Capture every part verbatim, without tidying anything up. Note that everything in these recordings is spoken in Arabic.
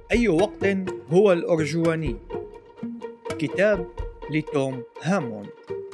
أي وقت هو الأرجواني؟ كتاب لتوم هاموند.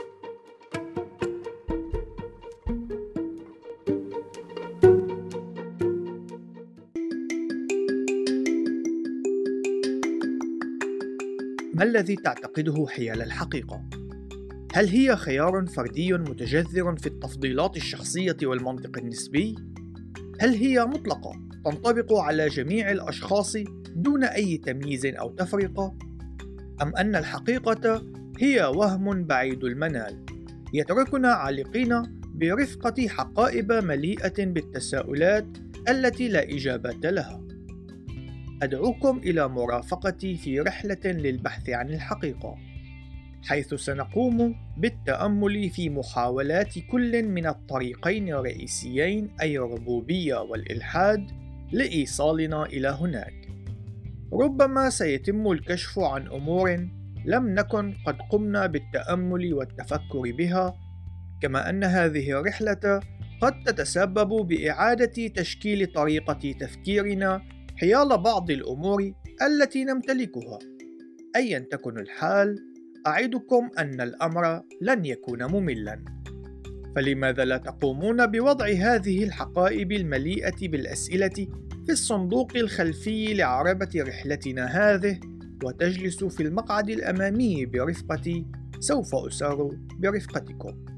ما الذي تعتقده حيال الحقيقة؟ هل هي خيار فردي متجذر في التفضيلات الشخصية والمنطق النسبي؟ هل هي مطلقة تنطبق على جميع الأشخاص دون أي تمييز أو تفرقة؟ أم أن الحقيقة هي وهم بعيد المنال يتركنا عالقين برفقة حقائب مليئة بالتساؤلات التي لا إجابة لها؟ أدعوكم إلى مرافقتي في رحلة للبحث عن الحقيقة، حيث سنقوم بالتأمل في محاولات كل من الطريقين الرئيسيين، أي الربوبية والإلحاد، لإيصالنا إلى هناك. ربما سيتم الكشف عن أمور لم نكن قد قمنا بالتأمل والتفكر بها، كما أن هذه الرحلة قد تتسبب بإعادة تشكيل طريقة تفكيرنا حيال بعض الأمور التي نمتلكها. أيا تكن الحال، أعدكم أن الأمر لن يكون مملاً. فلماذا لا تقومون بوضع هذه الحقائب المليئة بالأسئلة في الصندوق الخلفي لعربة رحلتنا هذه، وتجلسوا في المقعد الأمامي برفقتي؟ سوف أسار برفقتكم.